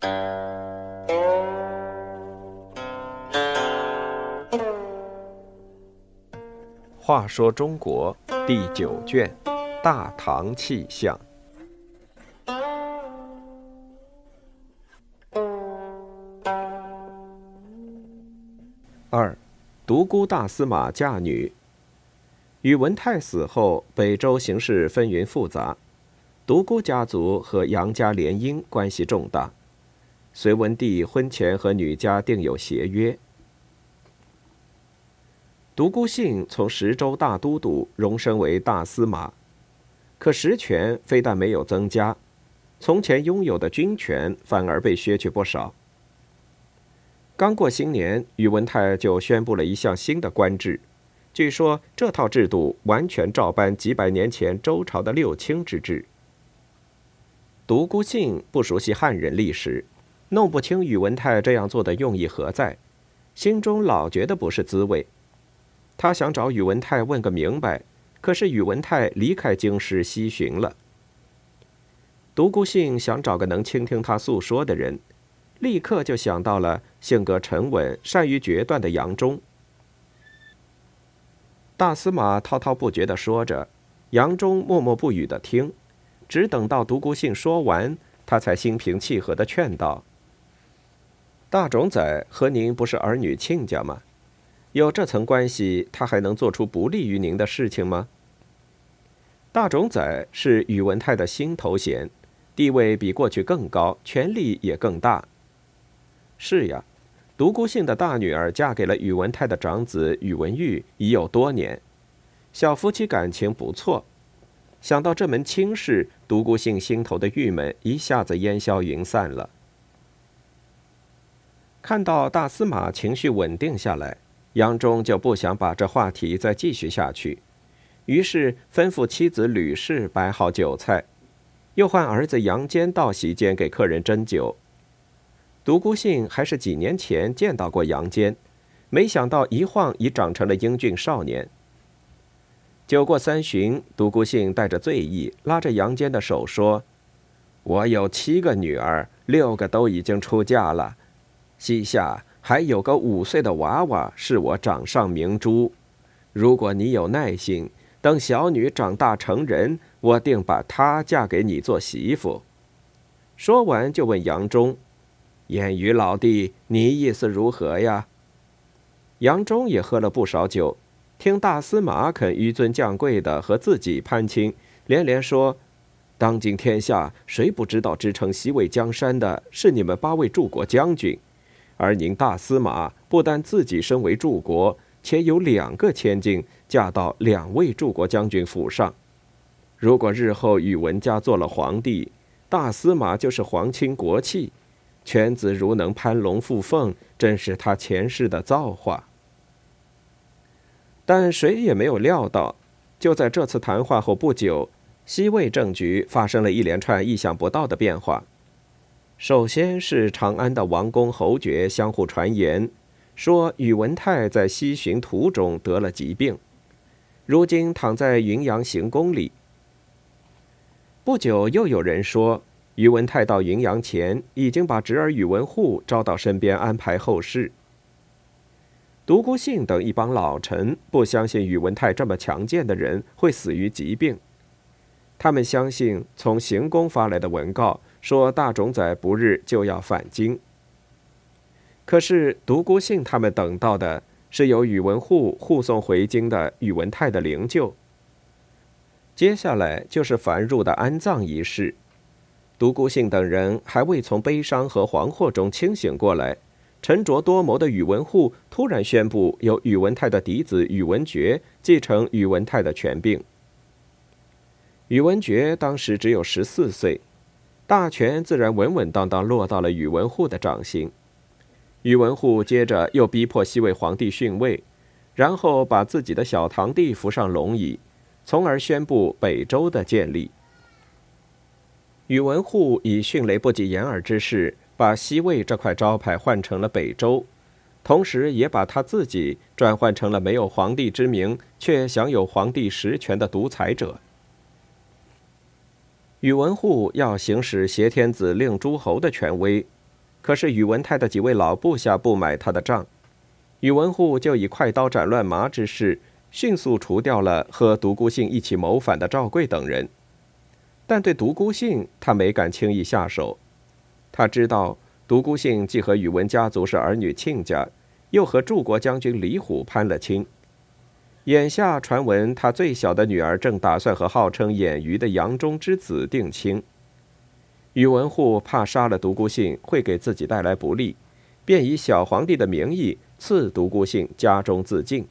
话说中国第9卷《大唐气象》2，独孤大司马嫁女。宇文泰死后，北周形势纷纭复杂，独孤家族和杨家联姻关系重大。隋文帝婚前和女家订有协约。独孤信从10州大都督荣升为大司马，可实权非但没有增加，从前拥有的军权反而被削去不少。刚过新年，宇文泰就宣布了一项新的官制，据说这套制度完全照搬几百年前周朝的六卿之制。独孤信不熟悉汉人历史，弄不清宇文泰这样做的用意何在，心中老觉得不是滋味。他想找宇文泰问个明白，可是宇文泰离开京师西巡了。独孤信想找个能倾听他诉说的人，立刻就想到了性格沉稳、善于决断的杨忠。大司马滔滔不绝地说着，杨忠默默不语地听，只等到独孤信说完，他才心平气和地劝道：“大冢宰和您不是儿女亲家吗？有这层关系，他还能做出不利于您的事情吗？”大冢宰是宇文泰的新头衔，地位比过去更高，权力也更大。是呀，独孤信的大女儿嫁给了宇文泰的长子宇文毓已有多年，小夫妻感情不错。想到这门亲事，独孤信心头的郁闷一下子烟消云散了。看到大司马情绪稳定下来，杨忠就不想把这话题再继续下去，于是吩咐妻子吕氏摆好酒菜，又唤儿子杨坚到席间给客人斟酒。独孤信还是几年前见到过杨坚，没想到一晃已长成了英俊少年。酒过3巡，独孤信带着醉意，拉着杨坚的手说：“我有7个女儿，6个都已经出嫁了，膝下还有个5岁的娃娃是我掌上明珠。如果你有耐性，等小女长大成人，我定把她嫁给你做媳妇。”说完就问杨忠：“燕羽老弟，你意思如何呀？”杨忠也喝了不少酒，听大司马肯纡尊降贵的和自己攀亲，连连说：“当今天下，谁不知道支撑西魏江山的是你们8位柱国将军？而您大司马不但自己身为柱国，且有2个千金嫁到2位柱国将军府上。如果日后宇文家做了皇帝，大司马就是皇亲国戚，犬子如能攀龙附凤，真是他前世的造化。”但谁也没有料到，就在这次谈话后不久，西魏政局发生了一连串意想不到的变化。首先是长安的王公侯爵相互传言，说宇文泰在西巡途中得了疾病，如今躺在云阳行宫里。不久又有人说，宇文泰到云阳前已经把侄儿宇文护招到身边安排后事。独孤信等一帮老臣不相信宇文泰这么强健的人会死于疾病，他们相信从行宫发来的文告说大冢宰不日就要返京。可是独孤信他们等到的是由宇文护护送回京的宇文泰的灵柩。接下来就是繁缛的安葬仪式。独孤信等人还未从悲伤和惶惑中清醒过来，沉着多谋的宇文护突然宣布由宇文泰的嫡子宇文觉继承宇文泰的权柄。宇文觉当时只有14岁，大权自然稳稳当当落到了宇文护的掌心。宇文护接着又逼迫西魏皇帝逊位，然后把自己的小堂弟扶上龙椅，从而宣布北周的建立。宇文护以迅雷不及掩耳之势，把西魏这块招牌换成了北周，同时也把他自己转换成了没有皇帝之名却享有皇帝实权的独裁者。宇文护要行使挟天子令诸侯的权威， 可是宇文泰的几位老部下不买他的账，宇文护就以快刀斩乱麻之势，迅速除掉了和独孤信一起谋反的赵贵等人。但对独孤信，他没敢轻易下手。他知道独孤信既和宇文家族是儿女亲家，又和柱国将军李虎攀了亲。眼下传闻他最小的女儿正打算和号称眼鱼的杨忠之子定亲。宇文护怕杀了独孤信会给自己带来不利，便以小皇帝的名义赐独孤信家中自尽。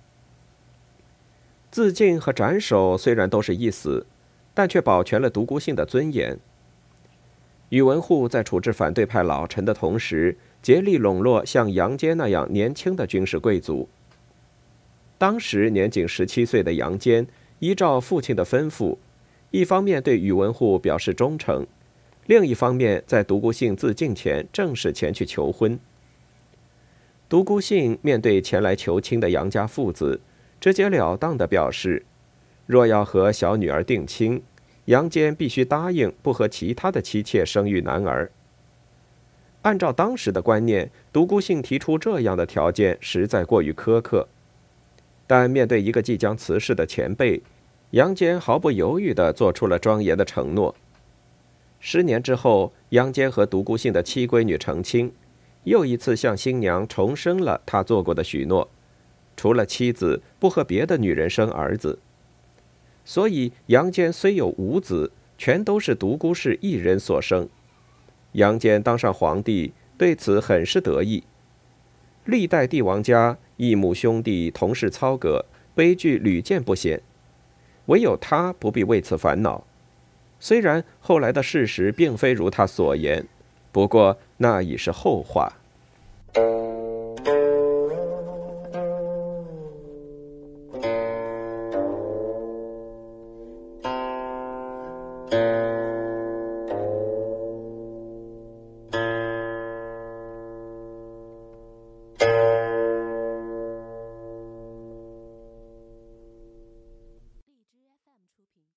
自尽和斩首虽然都是一死，但却保全了独孤信的尊严。宇文护在处置反对派老臣的同时，竭力笼络像杨坚那样年轻的军事贵族。当时年仅17岁的杨坚，依照父亲的吩咐，一方面对宇文护表示忠诚，另一方面在独孤信自尽前正式前去求婚。独孤信面对前来求亲的杨家父子，直截了当地表示，若要和小女儿定亲，杨坚必须答应不和其他的妻妾生育男儿。按照当时的观念，独孤信提出这样的条件实在过于苛刻。但面对一个即将辞世的前辈，杨坚毫不犹豫地做出了庄严的承诺。10年之后，杨坚和独孤信的7闺女成亲，又一次向新娘重申了他做过的许诺，除了妻子，不和别的女人生儿子。所以杨坚虽有5子，全都是独孤氏一人所生。杨坚当上皇帝，对此很是得意。历代帝王家异母兄弟同室操戈，悲剧屡见不鲜，唯有他不必为此烦恼。虽然后来的事实并非如他所言，不过那已是后话。